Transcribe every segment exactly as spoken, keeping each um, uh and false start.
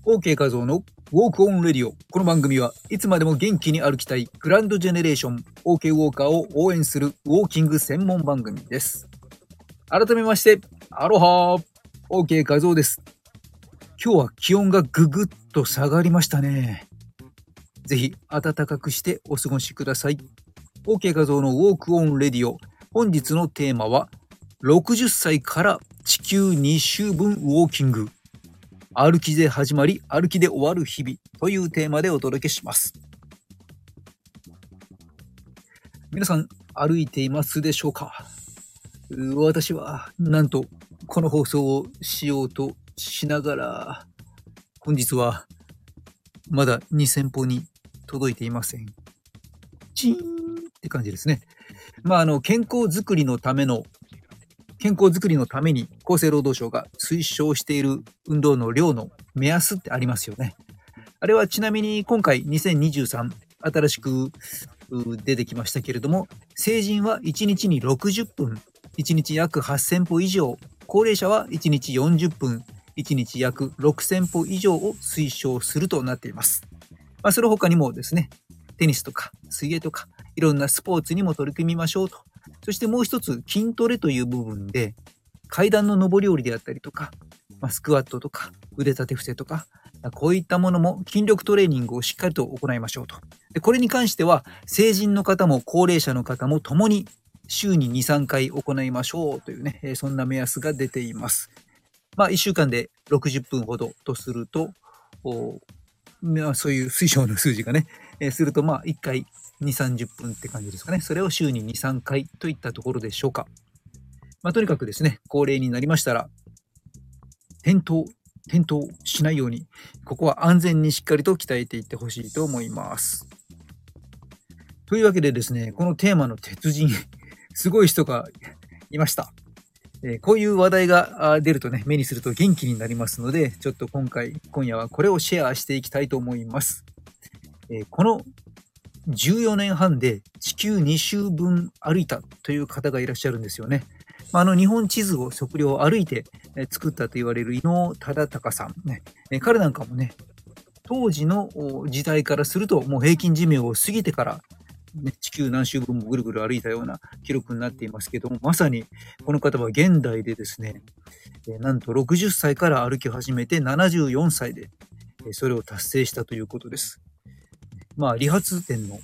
OK 画像のウォークオンレディオ。この番組はいつまでも元気に歩きたいグランドジェネレーション OK ウォーカーを応援するウォーキング専門番組です。改めまして、アロハー OK 画像です。今日は気温がぐぐっと下がりましたね。ぜひ暖かくしてお過ごしください。OK 画像のウォークオンレディオ。本日のテーマはろくじゅっさいから地球に周分ウォーキング。歩きで始まり歩きで終わる日々というテーマでお届けします。皆さん歩いていますでしょうか？私はなんとこの放送をしようとしながら本日はまだにせん歩に届いていません。チーンって感じですね。まああの健康づくりのための健康づくりのために厚生労働省が推奨している運動の量の目安ってありますよね。あれはちなみに今回にせんにじゅうさん新しく出てきましたけれども、成人はいちにちにろくじゅっぷん、いちにち約はっせん歩以上、高齢者はいちにちよんじゅっぷん、いちにち約ろくせん歩以上を推奨するとなっています。まあ、その他にもですね、テニスとか水泳とかいろんなスポーツにも取り組みましょうと。そしてもう一つ筋トレという部分で階段の上り下りであったりとか、まあ、スクワットとか腕立て伏せとかこういったものも筋力トレーニングをしっかりと行いましょうと。でこれに関しては成人の方も高齢者の方もともに週に にさんかい行いましょうというね、そんな目安が出ています。まあいっしゅうかんでろくじゅっぷんほどとすると、まあ、そういう推奨の数字がね、えー、するとまあいっかいにじゅう、さんじゅっぷんって感じですかね。それを週にに、さんかいといったところでしょうか。まあ、とにかくですね、高齢になりましたら、転倒、転倒しないように、ここは安全にしっかりと鍛えていってほしいと思います。というわけでですね、このテーマの鉄人、すごい人がいました。えー、こういう話題が出るとね、目にすると元気になりますので、ちょっと今回、今夜はこれをシェアしていきたいと思います。えー、このじゅうよねんはんで地球に周分歩いたという方がいらっしゃるんですよね。あの日本地図を測量歩いて作ったと言われる伊能忠敬さん、ね、彼なんかもね、当時の時代からするともう平均寿命を過ぎてから、ね、地球何周分もぐるぐる歩いたような記録になっていますけども、まさにこの方は現代でですね、なんとろくじゅっさいから歩き始めてななじゅうよんさいでそれを達成したということです。まあ理髪店の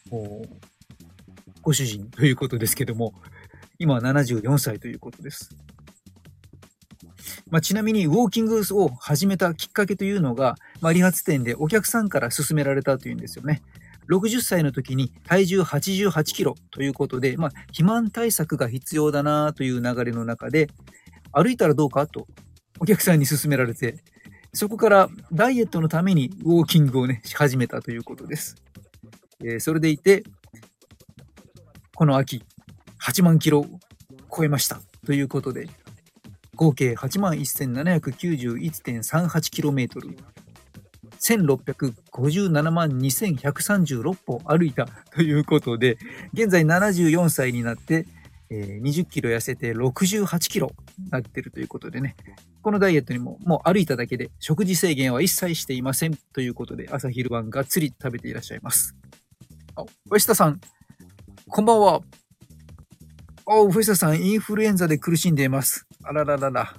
ご主人ということですけども、今はななじゅうよんさいということです。まあ、ちなみにウォーキングを始めたきっかけというのが、まあ、理髪店でお客さんから勧められたというんですよね。ろくじゅっさいの時に体重はちじゅうはちキロということで、まあ、肥満対策が必要だなという流れの中で、歩いたらどうかとお客さんに勧められて、そこからダイエットのためにウォーキングをね、し始めたということです。えー、それでいて、この秋、はちまんキロ超えましたということで、合計 はちまんせんななひゃくきゅうじゅういちてんさんはちキロメートル、せんろっぴゃくごじゅうななまんにせんひゃくさんじゅうろっ歩歩いたということで、現在ななじゅうよんさいになって、えー、にじゅっキロ痩せてろくじゅうはちキロになっているということでね、このダイエットにももう歩いただけで食事制限は一切していませんということで、朝昼晩がっつり食べていらっしゃいます。あ、藤田さん、こんばんは。お、藤田さん、インフルエンザで苦しんでいます。あらららら。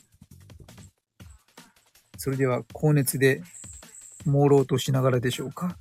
それでは、高熱で朦朧としながらでしょうか。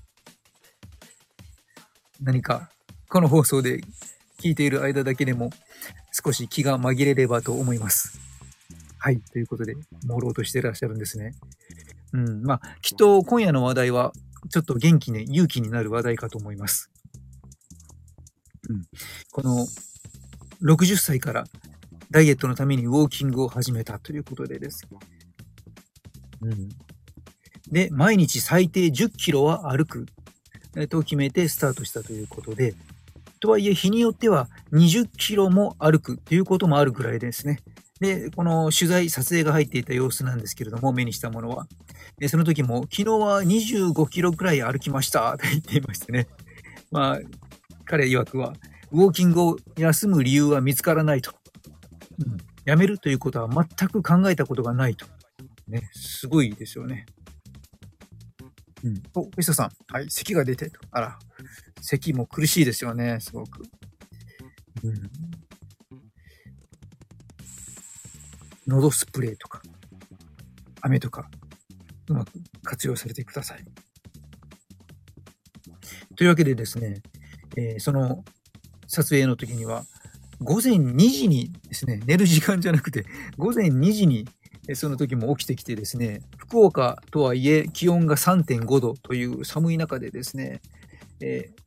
何か、この放送で聞いている間だけでも、少し気が紛れればと思います。はい、ということで、朦朧としていらっしゃるんですね。うん、まあ、きっと今夜の話題は、ちょっと元気に、勇気になる話題かと思います。うん、この、ろくじゅっさいからダイエットのためにウォーキングを始めたということでです。うん、で、毎日最低じゅっキロは歩くと決めてスタートしたということで、とはいえ日によってはにじゅっキロも歩くということもあるぐらいですね。で、この取材、撮影が入っていた様子なんですけれども、目にしたものは。でその時も、昨日はにじゅうごキロくらい歩きましたと言っていましてね。まあ、彼曰くは、ウォーキングを休む理由は見つからないと。うん、やめるということは全く考えたことがないと。ね、すごいですよね。 うん。お、藤田さん。はい、咳が出てと。あら、咳も苦しいですよね、すごく。うん。喉スプレーとか、飴とか、うまく活用されてください。というわけでですね、えー、その撮影の時には、午前にじにですね、寝る時間じゃなくて、午前にじにその時も起きてきてですね、福岡とはいえ気温が さんてんごどという寒い中でですね、えー、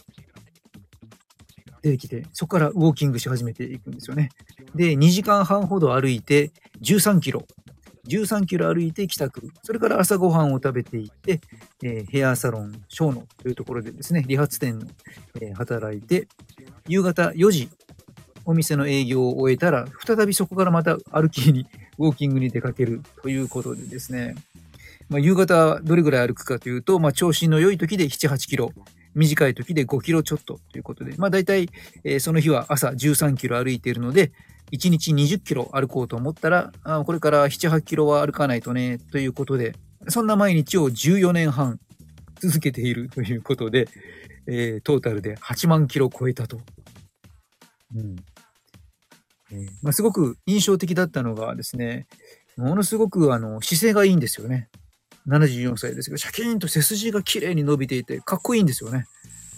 出てきて、そこからウォーキングし始めていくんですよね。で、にじかんはんほど歩いてじゅうさんキロ。じゅうさんキロ歩いて帰宅。それから朝ごはんを食べていって、えー、ヘアサロン、ショーノというところでですね、理髪店の、えー、働いて、夕方よじ、お店の営業を終えたら、再びそこからまた歩きに、ウォーキングに出かけるということでですね、まあ、夕方どれぐらい歩くかというと、まあ、調子の良い時でなな、はちキロ、短い時でごキロちょっとということで、まあ、大体、えー、その日は朝じゅうさんキロ歩いているので、いちにちにじゅっキロ歩こうと思ったら、あこれからなな、はちキロは歩かないとね、ということで、そんな毎日をじゅうよねんはん続けているということで、えー、トータルではちまんキロ超えたと。うんえーまあ、すごく印象的だったのがですね、ものすごくあの姿勢がいいんですよね。ななじゅうよんさいですけど、シャキーンと背筋が綺麗に伸びていて、かっこいいんですよね。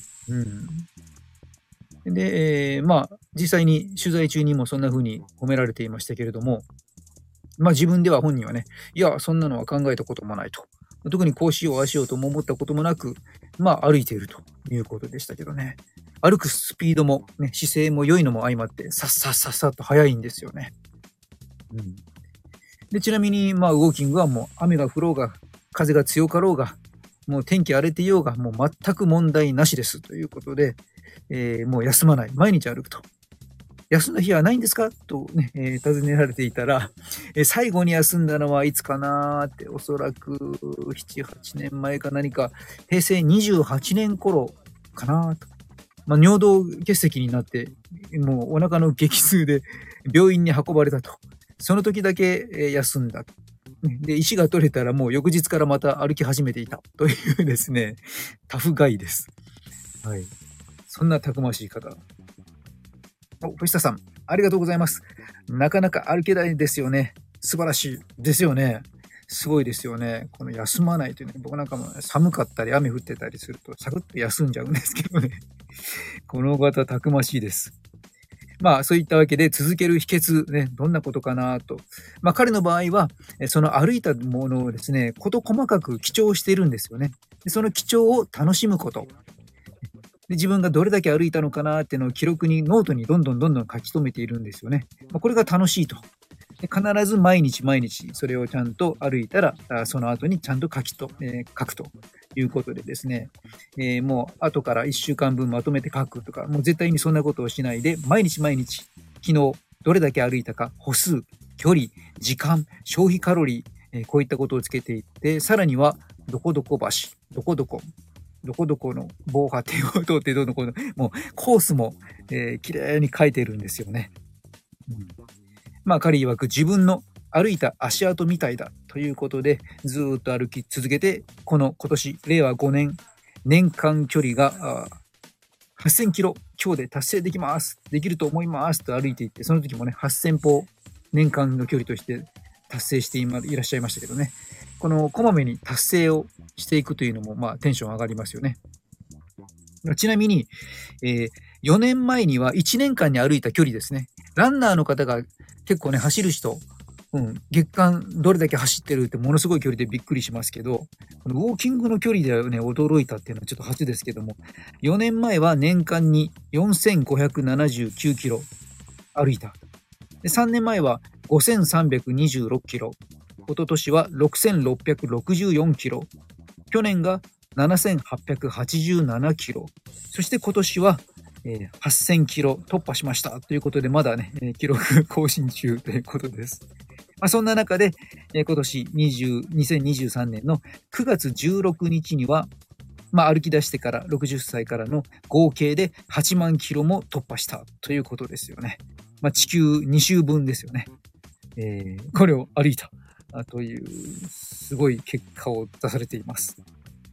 うん。で、えー、まあ、実際に取材中にもそんな風に褒められていましたけれども、まあ自分では本人はね、いや、そんなのは考えたこともないと。特にこうしよう、ああしようとも思ったこともなく、まあ歩いているということでしたけどね。歩くスピードも、ね、姿勢も良いのも相まって、さっさっさっさっと速いんですよね。うん。で、ちなみに、まあ、ウォーキングはもう雨が降ろうが、風が強かろうが、もう天気荒れていようが、もう全く問題なしですということで、えー、もう休まない。毎日歩くと。休んだ日はないんですかとね、えー、尋ねられていたら、えー、最後に休んだのはいつかなーって、おそらくなな、はちねんまえか何か、へいせいにじゅうはちねん頃かなと。まあ、尿道結石になって、もうお腹の激痛で病院に運ばれたと。その時だけ休んだ。で、石が取れたらもう翌日からまた歩き始めていたというですね、タフガイです。はい。そんなたくましい方。お、藤田さん、ありがとうございます。なかなか歩けないですよね。素晴らしいですよね。すごいですよね。この休まないというね、僕なんかも寒かったり雨降ってたりするとサクッと休んじゃうんですけどね。この方たくましいです。まあそういったわけで続ける秘訣ね、どんなことかなと。まあ彼の場合は、その歩いたものをですね、事細かく記帳しているんですよね。でその記帳を楽しむこと。で自分がどれだけ歩いたのかなっていうのを記録に、ノートにどんどんどんどん書き留めているんですよね。まあ、これが楽しいと。で必ず毎日毎日それをちゃんと歩いたら、その後にちゃんと書きと、えー、書くということでですね、えー、もう後からいっしゅうかんぶんまとめて書くとか、もう絶対にそんなことをしないで、毎日毎日、昨日どれだけ歩いたか、歩数、距離、時間、消費カロリー、えー、こういったことをつけていって、さらには、どこどこ橋、どこどこ、どこどこの防波堤を通ってどうのこうの、もうコースも、えー、綺麗に書いてるんですよね。うんまあ彼曰く自分の歩いた足跡みたいだということでずっと歩き続けて、この今年れいわごねん年間距離がはっせんキロ今日で達成できますできると思いますと歩いていって、その時もねはっせん歩年間の距離として達成して今いらっしゃいましたけどね、このこまめに達成をしていくというのもまあテンション上がりますよね。ちなみに、えー、よねんまえにはいちねんかんに歩いた距離ですね。ランナーの方が結構ね、走る人、うん、月間どれだけ走ってるってものすごい距離でびっくりしますけど、このウォーキングの距離でね、驚いたっていうのはちょっと初ですけども、よねんまえは年間によんせんごひゃくななじゅうきゅうキロ歩いた。でさんねんまえはごせんさんびゃくにじゅうろくキロ。一昨年はろくせんろっぴゃくろくじゅうよんキロ。去年がななせんはっぴゃくはちじゅうななキロ。そして今年は、えー、はっせんキロ突破しましたということで、まだね、記録更新中ということです。まあ、そんな中で、えー、今年にせんにじゅうさんねんのくがつじゅうろくにちには、まあ、歩き出してからろくじゅっさいからの合計ではちまんキロも突破したということですよね。まあ、地球に周分ですよね。えー、これを歩いたというすごい結果を出されています。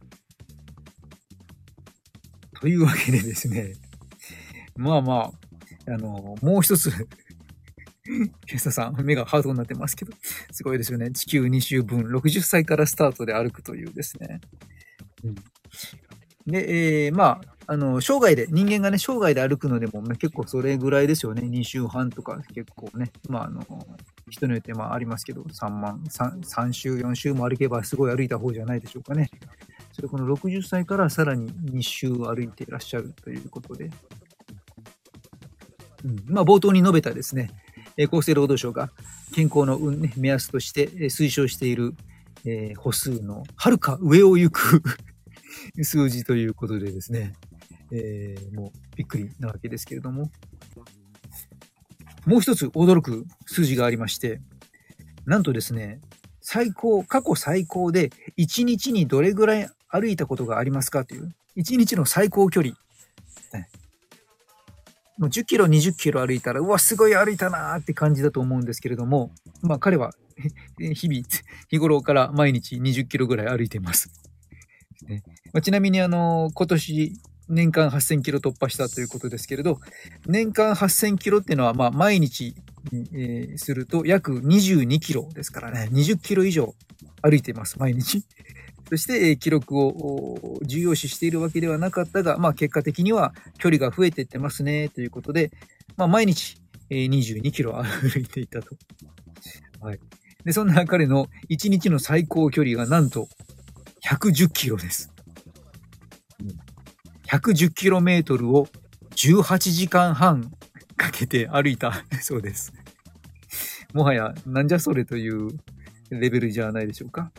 というわけでですね、まあまあ、あの、もう一つ、ケイサさん、目がハートになってますけど、すごいですよね。地球に周分、ろくじゅっさいからスタートで歩くというですね。うん、で、えー、まあ、あの、生涯で、人間がね、生涯で歩くのでも、まあ、結構それぐらいですよね。に週半とか結構ね。まあ、あの、人によってまあありますけど、さんまん、3、さん週、よん週も歩けばすごい歩いた方じゃないでしょうかね。それこのろくじゅっさいからさらにに週歩いていらっしゃるということで。うん、まあ、冒頭に述べたですね、厚生労働省が健康の、ね、目安として推奨している、えー、歩数のはるか上を行く数字ということでですね、えー、もうびっくりなわけですけれども、もう一つ驚く数字がありまして、なんとですね、最高、過去最高でいちにちにどれぐらい歩いたことがありますかという、いちにちの最高距離。もうじゅっキロ、にじゅっキロ歩いたら、うわ、すごい歩いたなーって感じだと思うんですけれども、まあ彼は日々、日頃から毎日にじゅっキロぐらい歩いています。ね、まあ、ちなみにあの、今年年間はっせんキロ突破したということですけれど、年間はっせんキロっていうのは、まあ毎日、えー、すると約にじゅうにキロですからね、にじゅっキロ以上歩いています、毎日。そして、えー、記録を重要視しているわけではなかったが、まあ結果的には距離が増えていってますね、ということで、まあ毎日、えー、にじゅうにキロ歩いていたと。はい。で、そんな彼のいちにちの最高距離がなんとひゃくじゅっキロです。ひゃくじゅっキロメートルをじゅうはちじかんはんかけて歩いたそうです。もはやなんじゃそれというレベルじゃないでしょうか。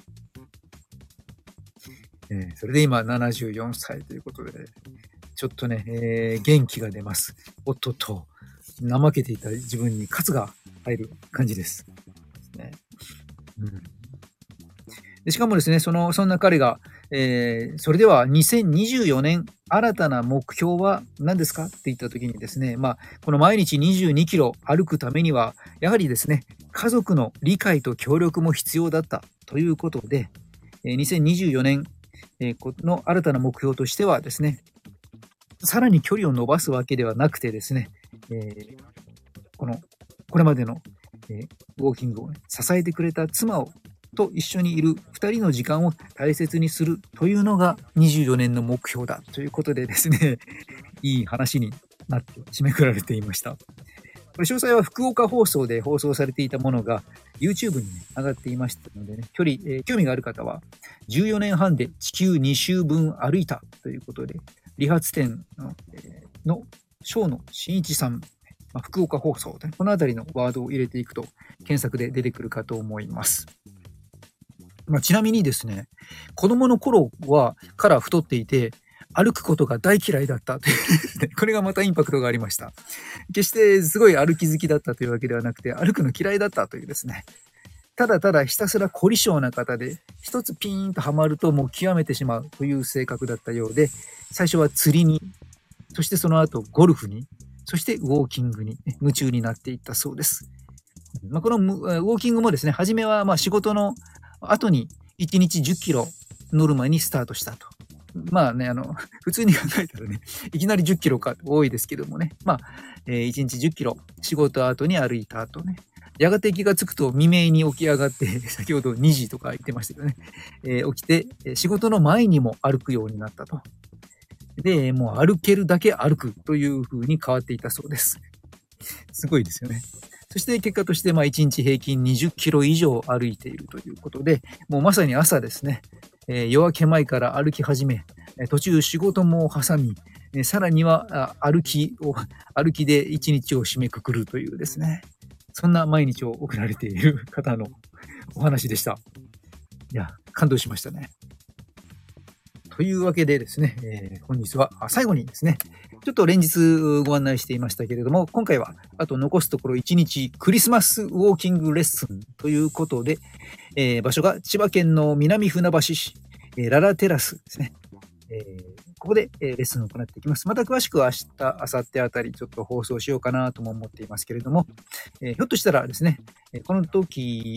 えー、それで今ななじゅうよんさいということで、ちょっとね、えー、元気が出ます。おっとっと、怠けていた自分に喝が入る感じです。ね、うん、でしかもですね、その、そんな彼が、えー、それではにせんにじゅうよねん新たな目標は何ですかって言った時にですね、まあ、この毎日にじゅうにキロ歩くためには、やはりですね、家族の理解と協力も必要だったということで、にせんにじゅうよねんの新たな目標としてはですね、さらに距離を伸ばすわけではなくてですね、えー、この、これまでの、えー、ウォーキングを、ね、支えてくれた妻をと一緒にいるふたりの時間を大切にするというのがにじゅうよねんの目標だということでですね、いい話になって締めくられていました。これ詳細は福岡放送で放送されていたものが YouTube に、ね、上がっていましたのでね、距離、えー、興味がある方はじゅうよねんはんで地球に周分歩いたということで、理髪店の、えー、の生野真一さん、まあ、福岡放送、このあたりのワードを入れていくと検索で出てくるかと思います。まあ、ちなみにですね、子供の頃はから太っていて、歩くことが大嫌いだったというですね、これがまたインパクトがありました。決してすごい歩き好きだったというわけではなくて、歩くの嫌いだったというですね、ただただひたすら凝り性な方で、一つピーンとはまるともう極めてしまうという性格だったようで、最初は釣りに、そしてその後ゴルフに、そしてウォーキングに、ね、夢中になっていったそうです。まあ、このウォーキングもですね、初めはまあ仕事の後にいちにちじゅっキロノルマにスタートしたと。まあね、あの、普通に考えたらね、いきなりじゅっキロか多いですけどもね、まあ、えー、いちにちじゅっキロ、仕事後に歩いた後ね、やがて気がつくと未明に起き上がって、先ほどにじとか言ってましたけどね、えー、起きて、仕事の前にも歩くようになったと。で、もう歩けるだけ歩くという風に変わっていたそうです。すごいですよね。そして結果として、まあいちにち平均にじゅっキロ以上歩いているということで、もうまさに朝ですね、えー、夜明け前から歩き始め、途中仕事も挟み、えー、さらには歩きを、歩きで一日を締めくくるというですね、そんな毎日を送られている方のお話でした。いや、感動しましたね。というわけでですね、えー、本日は最後にですね、ちょっと連日ご案内していましたけれども、今回はあと残すところいちにちクリスマスウォーキングレッスンということで、えー、場所が千葉県の南船橋市、えー、ララテラスですね。えー、ここで、えー、レッスンを行っていきます。また詳しくは明日、明後日あたりちょっと放送しようかなとも思っていますけれども、えー、ひょっとしたらですね、この時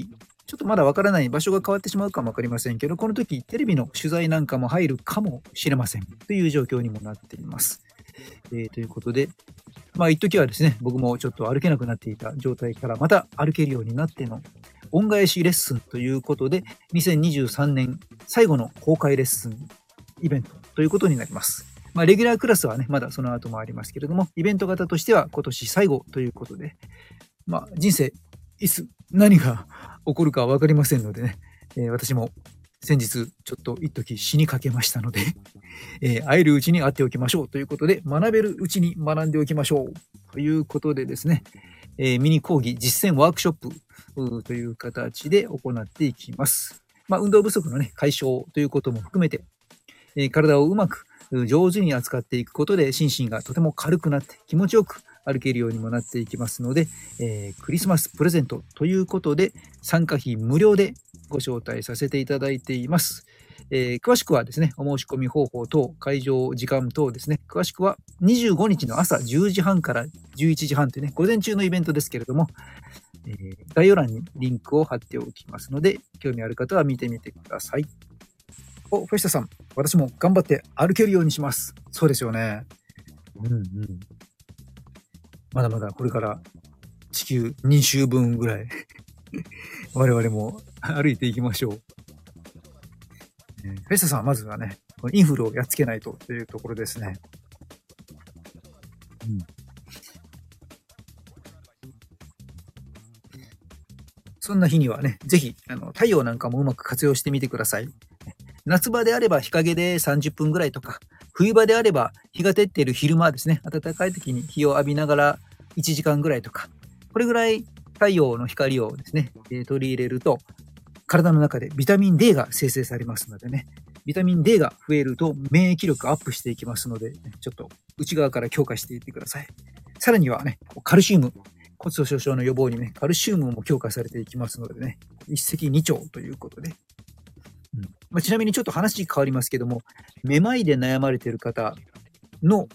ちょっとまだわからない、場所が変わってしまうかもわかりませんけど、この時テレビの取材なんかも入るかもしれませんという状況にもなっています。えー、ということで、まあ一時はですね、僕もちょっと歩けなくなっていた状態からまた歩けるようになっての恩返しレッスンということで、にせんにじゅうさんねん最後の公開レッスンイベントということになります。まあレギュラークラスはね、まだその後もありますけれども、イベント型としては今年最後ということで、まあ人生いつ何が起こるかは分かりませんのでね、えー、私も先日ちょっと一時死にかけましたので、えー、会えるうちに会っておきましょうということで、学べるうちに学んでおきましょうということでですね、えー、ミニ講義実践ワークショップという形で行っていきます。まあ、運動不足のね、解消ということも含めて、えー、体をうまく上手に扱っていくことで心身がとても軽くなって気持ちよく歩けるようにもなっていきますので、えー、クリスマスプレゼントということで参加費無料でご招待させていただいています。えー、詳しくはですね、お申し込み方法等、会場時間等ですね、詳しくはにじゅうごにちの朝じゅうじはんからじゅういちじはんというね、午前中のイベントですけれども、えー、概要欄にリンクを貼っておきますので、興味ある方は見てみてください。お、フェスタさん、私も頑張って歩けるようにします。そうですよね。うんうん。まだまだこれから地球に周分ぐらい我々も歩いていきましょう。フェスタさんはまずはね、インフルをやっつけないとというところですね。うん、そんな日にはね、ぜひあの太陽なんかもうまく活用してみてください。夏場であれば日陰でさんじゅっぷんぐらいとか、冬場であれば日が照っている昼間ですね、暖かい時に日を浴びながらいちじかんぐらいとか、これぐらい太陽の光をですね、取り入れると、体の中でビタミン D が生成されますのでね、ビタミン D が増えると免疫力アップしていきますので、ちょっと内側から強化していってください。さらにはね、カルシウム、骨粗しょう症の予防にね、カルシウムも強化されていきますのでね、一石二鳥ということで。うんまあ、ちなみにちょっと話変わりますけども、めまいで悩まれている方の、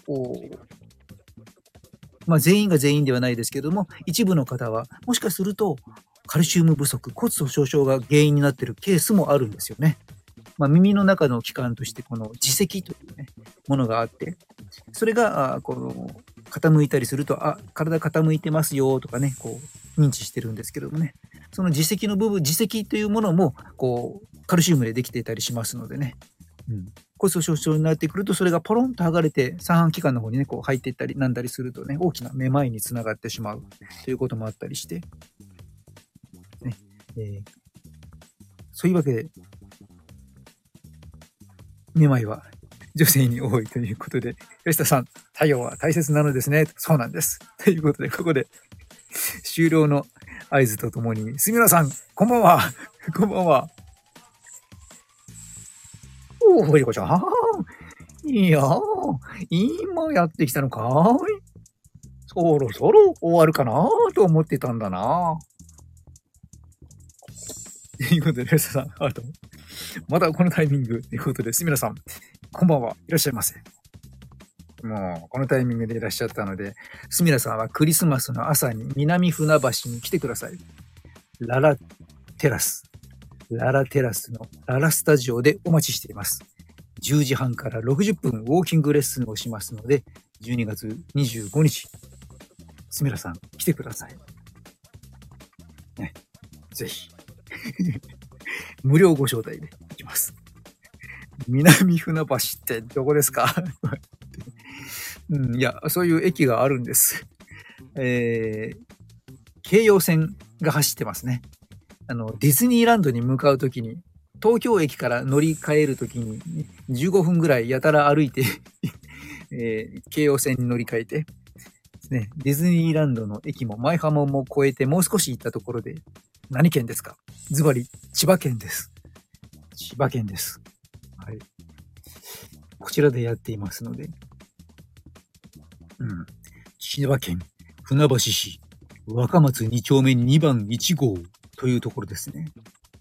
まあ、全員が全員ではないですけども、一部の方は、もしかすると、カルシウム不足、骨粗しょう症が原因になっているケースもあるんですよね。まあ、耳の中の器官として、この耳石という、ね、ものがあって、それが、あこの傾いたりすると、あ、体傾いてますよとかね、こう、認知してるんですけどもね、その耳石の部分、耳石というものも、こう、カルシウムでできていたりしますのでね、うん、骨粗しょう症になってくると、それがポロンと剥がれて、三半規管の方にね、こう入っていったりなんだりするとね、大きなめまいにつながってしまうということもあったりして、ねえー、そういうわけで、めまいは女性に多いということで、吉田さん、太陽は大切なのですね。そうなんです。ということで、ここで終了の合図とともに、杉村さん、こんばんは。こんばんは。おー、ほいこちゃん。いやー、今やってきたのかい？そろそろ終わるかなと思ってたんだな。ということで、吉田さん、あと、またこのタイミングということで、杉村さん、こんばんは。いらっしゃいませ。もう、このタイミングでいらっしゃったので、スミラさんはクリスマスの朝に南船橋に来てください。ララテラス。ララテラスのララスタジオでお待ちしています。じゅうじはんからろくじゅっぷんウォーキングレッスンをしますので、じゅうにがつにじゅうごにち、スミラさん来てください。ね、ぜひ。無料ご招待で行きます。南船橋ってどこですか？うん、いや、そういう駅があるんです。えー、京葉線が走ってますね。あの、ディズニーランドに向かうときに、東京駅から乗り換えるときに、じゅうごふんぐらいやたら歩いて、えー、京葉線に乗り換えて、ね、ディズニーランドの駅も舞浜も越えてもう少し行ったところで、何県ですか？ズバリ、千葉県です。千葉県です。はい。こちらでやっていますので、うん。千葉県船橋市若松に丁目にばんいち号というところですね。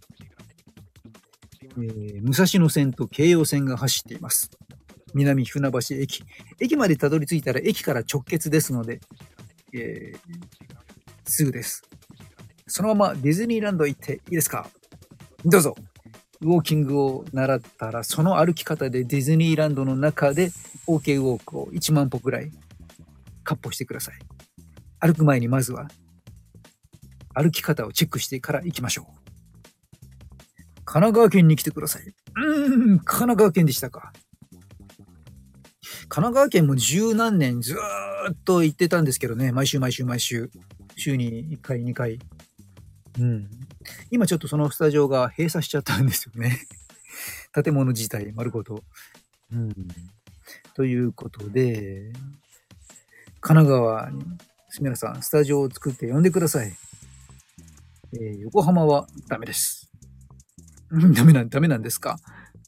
えー、武蔵野線と京葉線が走っています。南船橋駅。駅までたどり着いたら駅から直結ですので、えー、すぐです。 そのままディズニーランド行っていいですか？どうぞ。ウォーキングを習ったら、その歩き方でディズニーランドの中で OK ウォークをいちまん歩くらい、割歩してください。歩く前にまずは、歩き方をチェックしてから行きましょう。神奈川県に来てください。うーん、神奈川県でしたか。神奈川県も十何年ずーっと行ってたんですけどね。毎週毎週毎週。週にいっかい、にかい。うん。今ちょっとそのスタジオが閉鎖しちゃったんですよね。建物自体丸ごと。うん。ということで、神奈川に、すみらさん、スタジオを作って呼んでください。えー、横浜はダメです。ダメなん、ダメなんですか？ん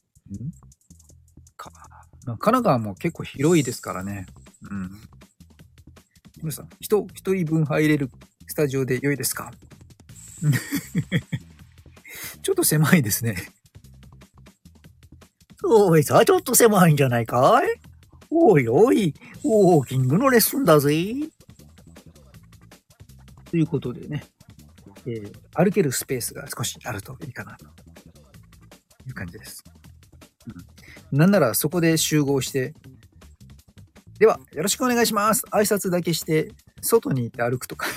か神奈川も結構広いですからね。うん。皆さん、人、一人分入れるスタジオで良いですか？ちょっと狭いですね。おいさ、ちょっと狭いんじゃないかい？おいおい、ウォーキングのレッスンだぜ。ということでね、えー、歩けるスペースが少しあるといいかなという感じです。うん、なんならそこで集合して、では、よろしくお願いします。挨拶だけして、外に行って歩くとか。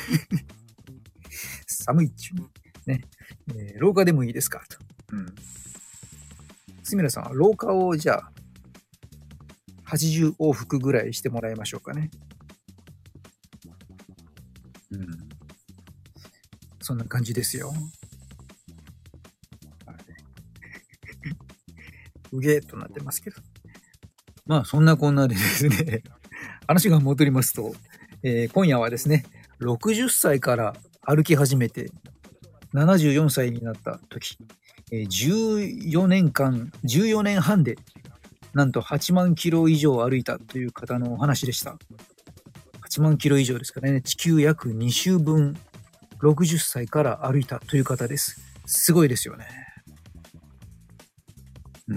寒いっちゅうね、えー、廊下でもいいですかと。うん。すみらさんは廊下をじゃあ、はちじゅう往復ぐらいしてもらいましょうかね。うん。そんな感じですよ。うげーっとなってますけど。まあ、そんなこんなでですね、話が戻りますと、えー、今夜はですね、ろくじゅっさいから歩き始めて、ななじゅうよんさいになった時、えー、じゅうよねんかん、じゅうよねんはんで、なんとはちまんキロ以上歩いたという方のお話でした。はちまんキロ以上ですからね、地球約に周分、ろくじゅっさいから歩いたという方です。すごいですよね。うん。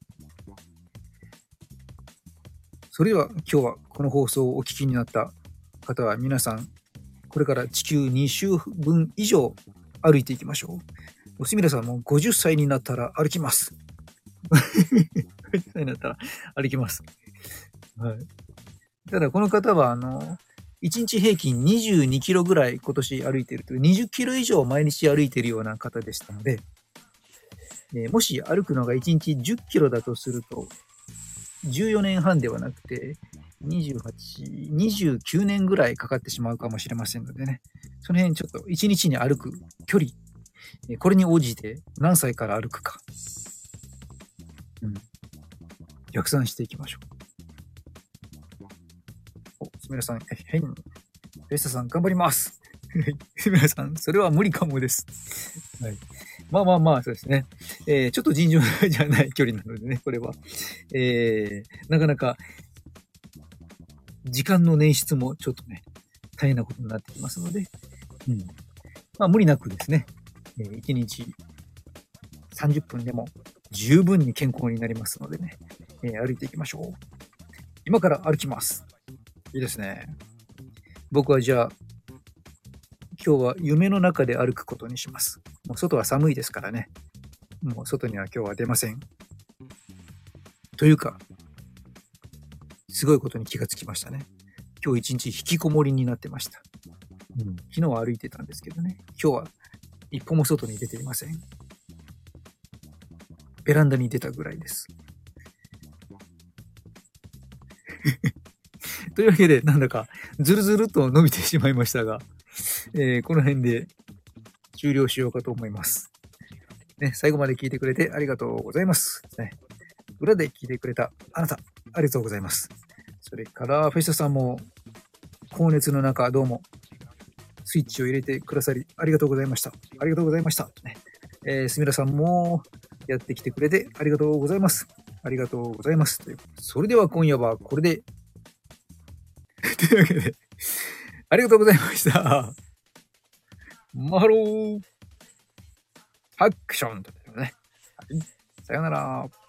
それでは今日はこの放送をお聞きになった方は皆さん、これから地球に周分以上歩いていきましょう。おすみらさんもごじゅっさいになったら歩きます。ごじゅっさいになったら歩きます。はい。ただこの方は、あの、いちにち平均にじゅうにキロぐらい今年歩いているという、にじゅっキロ以上毎日歩いているような方でしたので、えー、もし歩くのがいちにちじゅっキロだとすると、じゅうよねんはんではなくて、にじゅうはち、にじゅうきゅうねんぐらいかかってしまうかもしれませんのでね、その辺ちょっといちにちに歩く距離、これに応じて何歳から歩くか、うん、逆算していきましょう。お、すみらさん、えへん、レッサさん頑張ります。すみらさん、それは無理かもです。はい。まあまあまあ、そうですね。えー、ちょっと尋常じゃない距離なのでね、これは。えー、なかなか、時間の捻出もちょっとね、大変なことになってきますので、うん。まあ、無理なくですね、えー、いちにちさんじゅっぷんでも十分に健康になりますのでね、えー、歩いていきましょう。今から歩きます。いいですね。僕はじゃあ、今日は夢の中で歩くことにします。もう外は寒いですからね。もう外には今日は出ません。というか、すごいことに気がつきましたね。今日一日引きこもりになってました。うん、昨日は歩いてたんですけどね。今日は一歩も外に出ていません。ベランダに出たぐらいです。というわけで、なんだかずるずると伸びてしまいましたが、えー、この辺で終了しようかと思います。ね、最後まで聞いてくれてありがとうございます。ね、裏で聞いてくれたあなた、ありがとうございます。それから、フェスタさんも、高熱の中、どうも、スイッチを入れてくださり、ありがとうございました。ありがとうございました。ね、えー、すみらさんも、やってきてくれてありがとうございます。ありがとうございます。それでは今夜はこれで、というわけで、ありがとうございました。マハロー。ハクションということでね。はい。さよなら。